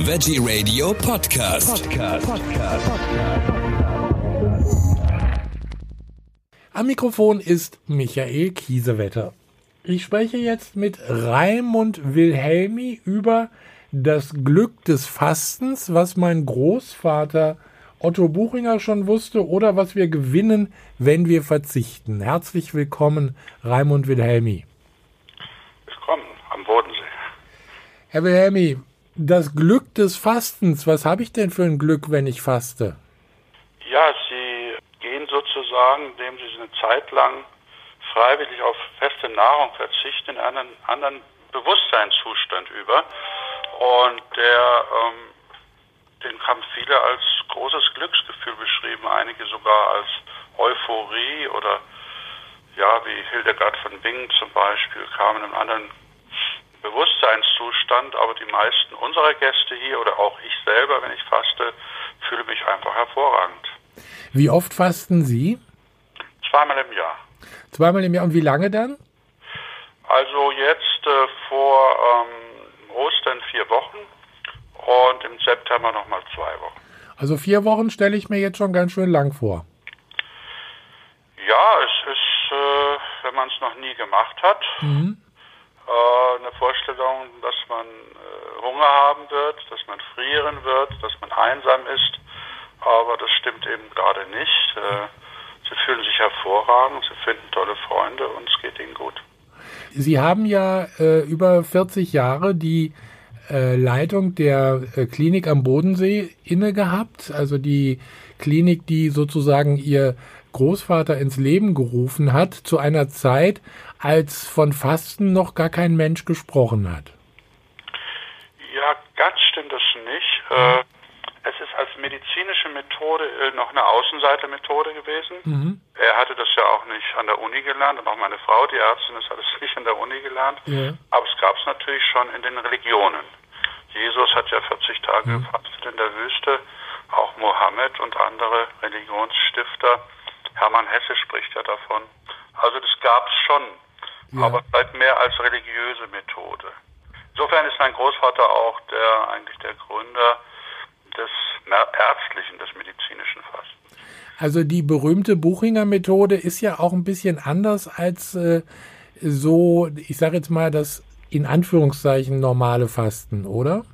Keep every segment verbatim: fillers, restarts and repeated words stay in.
Veggie Radio Podcast. Podcast. Podcast. Am Mikrofon ist Michael Kiesewetter. Ich spreche jetzt mit Raimund Wilhelmi über das Glück des Fastens, was mein Großvater Otto Buchinger schon wusste oder was wir gewinnen, wenn wir verzichten. Herzlich willkommen, Raimund Wilhelmi. Willkommen am Bodensee. Herr Wilhelmi, das Glück des Fastens, was habe ich denn für ein Glück, wenn ich faste? Ja, Sie gehen sozusagen, indem Sie eine Zeit lang freiwillig auf feste Nahrung verzichten, in einen anderen Bewusstseinszustand über. Und der, ähm, den haben viele als großes Glücksgefühl beschrieben, einige sogar als Euphorie oder, ja, wie Hildegard von Bingen zum Beispiel, kamen in einen anderen Bewusstseinszustand, aber die meisten unserer Gäste hier oder auch ich selber, wenn ich faste, fühle mich einfach hervorragend. Wie oft fasten Sie? Zweimal im Jahr. Zweimal im Jahr. Und wie lange dann? Also jetzt äh, vor ähm, Ostern vier Wochen und im September nochmal zwei Wochen. Also vier Wochen stelle ich mir jetzt schon ganz schön lang vor. Ja, es ist, äh, wenn man es noch nie gemacht hat, Mhm. äh, eine Vorstellung, dass man äh, Hunger haben wird, dass man frieren wird, dass man einsam ist. Aber das stimmt eben gerade nicht. Äh, sie fühlen sich hervorragend, sie finden tolle Freunde und es geht ihnen gut. Sie haben ja äh, über vierzig Jahre die äh, Leitung der äh, Klinik am Bodensee inne gehabt, also die Klinik, die sozusagen Ihr Großvater ins Leben gerufen hat, zu einer Zeit, als von Fasten noch gar kein Mensch gesprochen hat. Ja, ganz stimmt das nicht. Äh, es ist als medizinische Methode äh, noch eine Außenseitermethode gewesen. Mhm. Er hatte das ja auch nicht an der Uni gelernt und auch meine Frau, die Ärztin, das hat es nicht an der Uni gelernt. Ja. Aber es gab es natürlich schon in den Religionen. Jesus hat ja vierzig Tage Mhm. gefastet in der Wüste, auch Mohammed und andere Religionsstifter. Hermann Hesse spricht ja davon. Also das gab es schon, Ja. aber vielleicht mehr als religiöse Methode. Insofern ist mein Großvater auch der eigentlich der Gründer des ärztlichen, des medizinischen Fastens. Also die berühmte Buchinger Methode ist ja auch ein bisschen anders als äh, so, ich sage jetzt mal, das in Anführungszeichen normale Fasten, oder?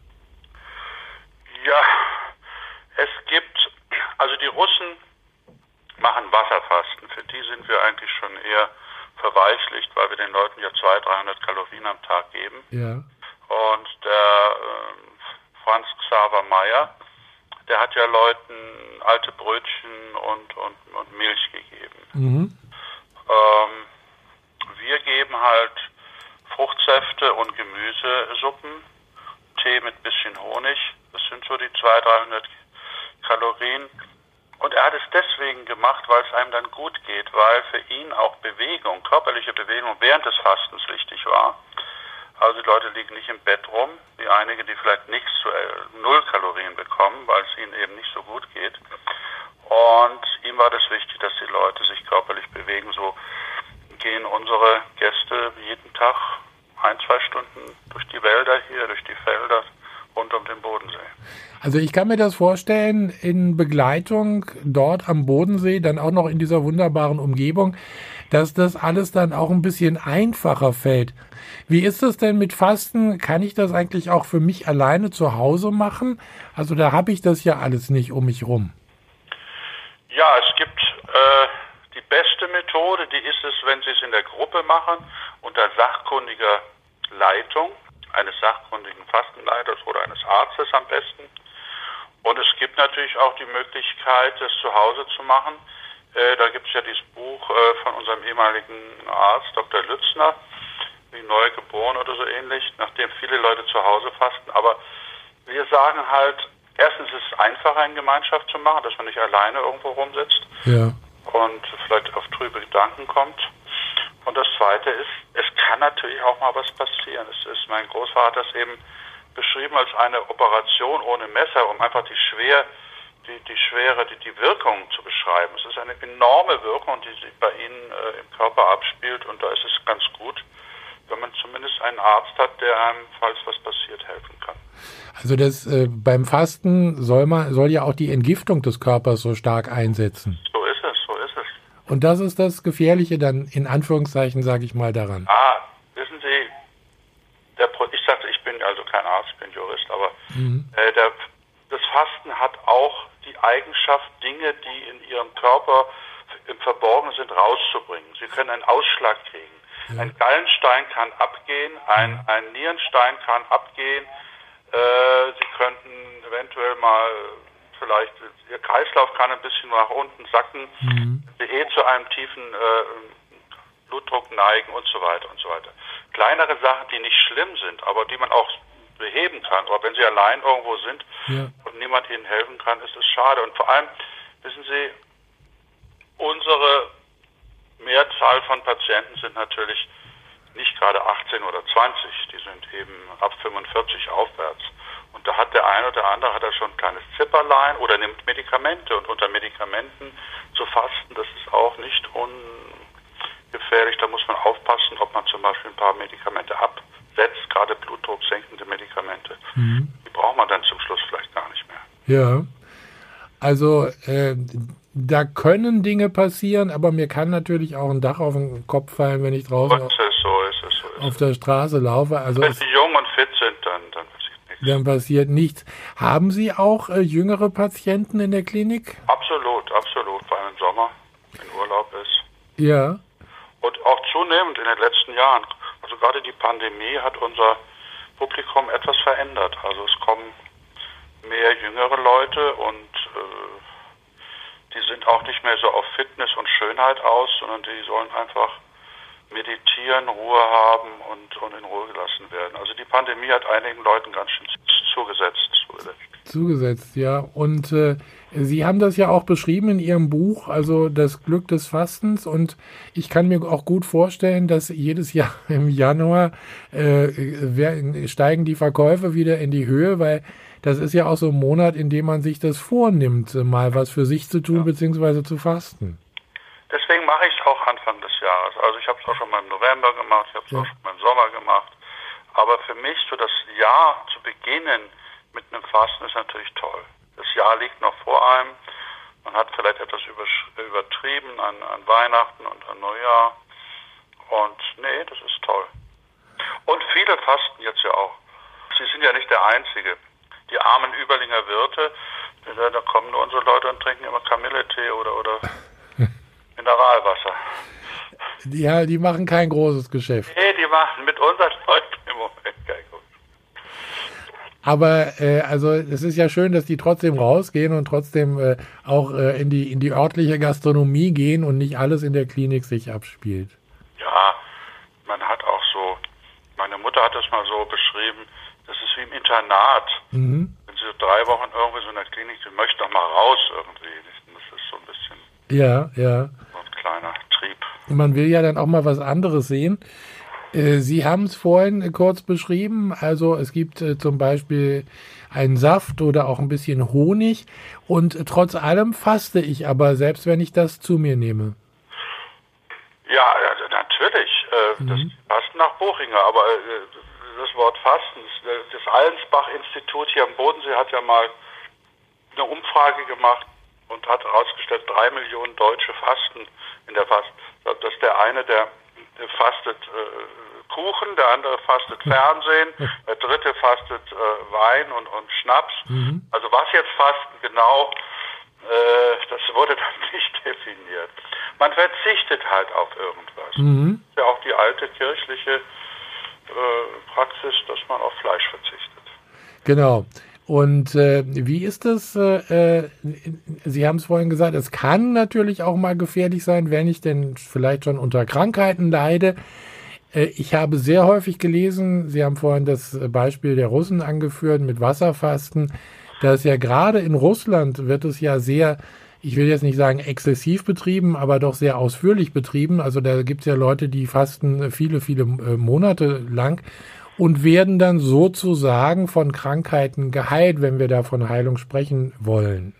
Ja, es gibt, also die Russen machen Wasserfasten. Für die sind wir eigentlich schon eher verweichlicht, weil wir den Leuten ja zweihundert, dreihundert Kalorien am Tag geben. Ja. Und der äh, Franz Xaver Meyer, der hat ja Leuten alte Brötchen und, und, und Milch gegeben. Mhm. Ähm, wir geben halt Fruchtsäfte und Gemüsesuppen, Tee mit bisschen Honig. Das sind so die zweihundert, dreihundert Kalorien. Und er hat es deswegen gemacht, weil es einem dann gut geht, weil für ihn auch Bewegung, körperliche Bewegung während des Fastens wichtig war. Also die Leute liegen nicht im Bett rum, wie einige, die vielleicht nichts zu äh, null Kalorien bekommen, weil es ihnen eben nicht so gut geht. Und ihm war das wichtig, dass die Leute sich körperlich bewegen. So gehen unsere Gäste jeden Tag ein, zwei Stunden durch die Wälder hier, durch die Felder rund um den Bodensee. Also ich kann mir das vorstellen, in Begleitung dort am Bodensee, dann auch noch in dieser wunderbaren Umgebung, dass das alles dann auch ein bisschen einfacher fällt. Wie ist das denn mit Fasten? Kann ich das eigentlich auch für mich alleine zu Hause machen? Also da habe ich das ja alles nicht um mich rum. Ja, es gibt äh, die beste Methode, die ist es, wenn Sie es in der Gruppe machen, unter sachkundiger Leitung, eines sachkundigen Fastenleiters oder eines Arztes am besten. Und es gibt natürlich auch die Möglichkeit, das zu Hause zu machen. Äh, da gibt es ja dieses Buch äh, von unserem ehemaligen Arzt, Doktor Lützner, wie neu geboren oder so ähnlich, nachdem viele Leute zu Hause fasten. Aber wir sagen halt, erstens ist es einfacher in Gemeinschaft zu machen, dass man nicht alleine irgendwo rumsitzt Ja. und vielleicht auf trübe Gedanken kommt. Und das Zweite ist, es kann natürlich auch mal was passieren. Es ist, mein Großvater hat es eben beschrieben als eine Operation ohne Messer, um einfach die schwer, die, die Schwere, die, die Wirkung zu beschreiben. Es ist eine enorme Wirkung, die sich bei Ihnen äh, im Körper abspielt, und da ist es ganz gut, wenn man zumindest einen Arzt hat, der einem, falls was passiert, helfen kann. Also das äh, beim Fasten soll man soll ja auch die Entgiftung des Körpers so stark einsetzen. So ist es, so ist es. Und das ist das Gefährliche dann in Anführungszeichen, sage ich mal, daran. Ah, wissen Sie, der Pro ich sagte, ich bin also kein Arzt, ich bin Jurist, aber mhm. äh, der, das Fasten hat auch die Eigenschaft, Dinge, die in Ihrem Körper im Verborgenen sind, rauszubringen. Sie können einen Ausschlag kriegen. Ja. Ein Gallenstein kann abgehen, ein, ja. ein Nierenstein kann abgehen. Äh, Sie könnten eventuell mal, vielleicht, Ihr Kreislauf kann ein bisschen nach unten sacken, mhm. Sie eh zu einem tiefen äh, Blutdruck neigen und so weiter und so weiter. Kleinere Sachen, die nicht schlimm sind, aber die man auch beheben kann. Aber wenn Sie allein irgendwo sind ja. und niemand Ihnen helfen kann, ist es schade. Und vor allem, wissen Sie, unsere Mehrzahl von Patienten sind natürlich nicht gerade achtzehn oder zwanzig, die sind eben ab fünfundvierzig aufwärts. Und da hat der eine oder andere hat er schon ein kleines Zipperlein oder nimmt Medikamente. Und unter Medikamenten zu fasten, das ist auch nicht ungefährlich. Da muss man aufpassen, ob man zum Beispiel ein paar Medikamente absetzt, gerade blutdrucksenkende Medikamente. Mhm. Die braucht man dann zum Schluss vielleicht gar nicht mehr. Ja, also äh, da können Dinge passieren, aber mir kann natürlich auch ein Dach auf den Kopf fallen, wenn ich draußen so ist es, so ist es, so ist auf der Straße laufe. Also wenn Sie jung und fit sind, dann, dann passiert nichts. Dann passiert nichts. Haben Sie auch äh, jüngere Patienten in der Klinik? Absolut, absolut, vor allem im Sommer, wenn Urlaub ist. Ja. Und auch zunehmend in den letzten Jahren. Also gerade die Pandemie hat unser Publikum etwas verändert. Also es kommen mehr jüngere Leute und äh, die sind auch nicht mehr so auf Fitness und Schönheit aus, sondern die sollen einfach meditieren, Ruhe haben und, und in Ruhe gelassen werden. Also die Pandemie hat einigen Leuten ganz schön zugesetzt. Zugesetzt, zugesetzt ja. Und äh, Sie haben das ja auch beschrieben in Ihrem Buch, also das Glück des Fastens. Und ich kann mir auch gut vorstellen, dass jedes Jahr im Januar äh, steigen die Verkäufe wieder in die Höhe, weil das ist ja auch so ein Monat, in dem man sich das vornimmt, mal was für sich zu tun, ja. beziehungsweise zu fasten. Deswegen mache ich es auch Anfang des Jahres. Also ich habe es auch schon mal im November gemacht, ich habe es ja. auch schon mal im Sommer gemacht. Aber für mich so das Jahr zu beginnen mit einem Fasten ist natürlich toll. Das Jahr liegt noch vor einem. Man hat vielleicht etwas übertrieben an, an Weihnachten und an Neujahr. Und nee, das ist toll. Und viele fasten jetzt ja auch. Sie sind ja nicht der Einzige. Die armen Überlinger Wirte, da, da kommen nur unsere Leute und trinken immer Kamilletee oder, oder Mineralwasser. Ja, die machen kein großes Geschäft. Nee, die machen mit unseren Leuten im Moment kein großes. Aber äh, also es ist ja schön, dass die trotzdem rausgehen und trotzdem äh, auch äh, in die in die örtliche Gastronomie gehen und nicht alles in der Klinik sich abspielt. Ja, man hat auch so, meine Mutter hat das mal so beschrieben, das ist wie im Internat. Mhm. Wenn Sie drei Wochen irgendwie so in der Klinik sind, möchten doch mal raus irgendwie. Das ist so ein bisschen ja, ja. so ein kleiner Trieb. Man will ja dann auch mal was anderes sehen. Äh, Sie haben es vorhin äh, kurz beschrieben. Also es gibt äh, zum Beispiel einen Saft oder auch ein bisschen Honig. Und äh, trotz allem faste ich aber, selbst wenn ich das zu mir nehme. Ja, ja natürlich. Äh, mhm. Das Fasten nach Buchinger, aber äh, das Wort Fasten, das Allensbach-Institut hier am Bodensee hat ja mal eine Umfrage gemacht und hat herausgestellt, drei Millionen Deutsche fasten in der Fast. Das ist der eine, der, der fastet äh, Kuchen, der andere fastet Fernsehen, der dritte fastet äh, Wein und, und Schnaps. Mhm. Also was jetzt Fasten genau, äh, das wurde dann nicht definiert. Man verzichtet halt auf irgendwas. Mhm. Das ist ja auch die alte kirchliche Praxis, dass man auf Fleisch verzichtet. Genau. Und äh, wie ist das? Äh, Sie haben es vorhin gesagt, es kann natürlich auch mal gefährlich sein, wenn ich denn vielleicht schon unter Krankheiten leide. Äh, ich habe sehr häufig gelesen, Sie haben vorhin das Beispiel der Russen angeführt mit Wasserfasten, dass ja gerade in Russland wird es ja sehr, ich will jetzt nicht sagen exzessiv betrieben, aber doch sehr ausführlich betrieben. Also da gibt es ja Leute, die fasten viele, viele äh, Monate lang und werden dann sozusagen von Krankheiten geheilt, wenn wir da von Heilung sprechen wollen.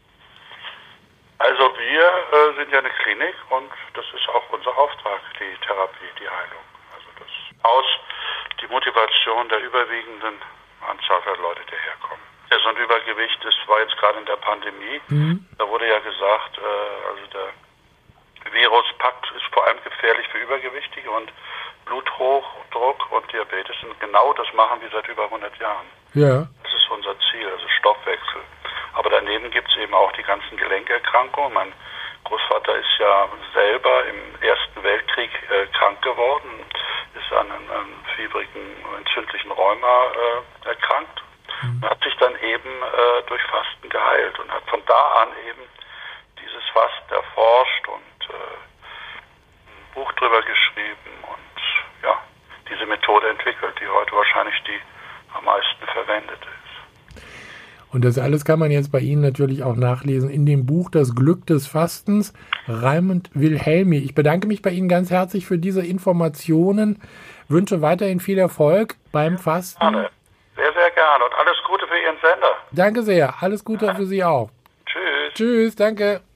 Also wir äh, sind ja eine Klinik und das ist auch unser Auftrag, die Therapie, die Heilung. Also das aus die Motivation der überwiegenden Anzahl der Leute, die herkommen. Ja, so ein Übergewicht, das war jetzt gerade in der Pandemie. Mhm. Da wurde ja gesagt, äh, also der Viruspakt ist vor allem gefährlich für Übergewichtige und Bluthochdruck und Diabetes. Und genau das machen wir seit über hundert Jahren. Ja. Das ist unser Ziel, also Stoffwechsel. Aber daneben gibt es eben auch die ganzen Gelenkerkrankungen. Mein Großvater ist ja selber im Ersten Weltkrieg äh, krank geworden, ist an einem, einem fiebrigen, entzündlichen Rheuma äh, erkrankt. Und hat sich dann eben äh, durch Fasten geheilt und hat von da an eben dieses Fasten erforscht und äh, ein Buch drüber geschrieben und ja, diese Methode entwickelt, die heute wahrscheinlich die am meisten verwendet ist. Und das alles kann man jetzt bei Ihnen natürlich auch nachlesen in dem Buch Das Glück des Fastens, Raimund Wilhelmi. Ich bedanke mich bei Ihnen ganz herzlich für diese Informationen, wünsche weiterhin viel Erfolg beim Fasten. Gerne. Sehr, sehr gerne und alles Gute für Ihren Sender. Danke sehr. Alles Gute für Sie auch. Tschüss. Tschüss, danke.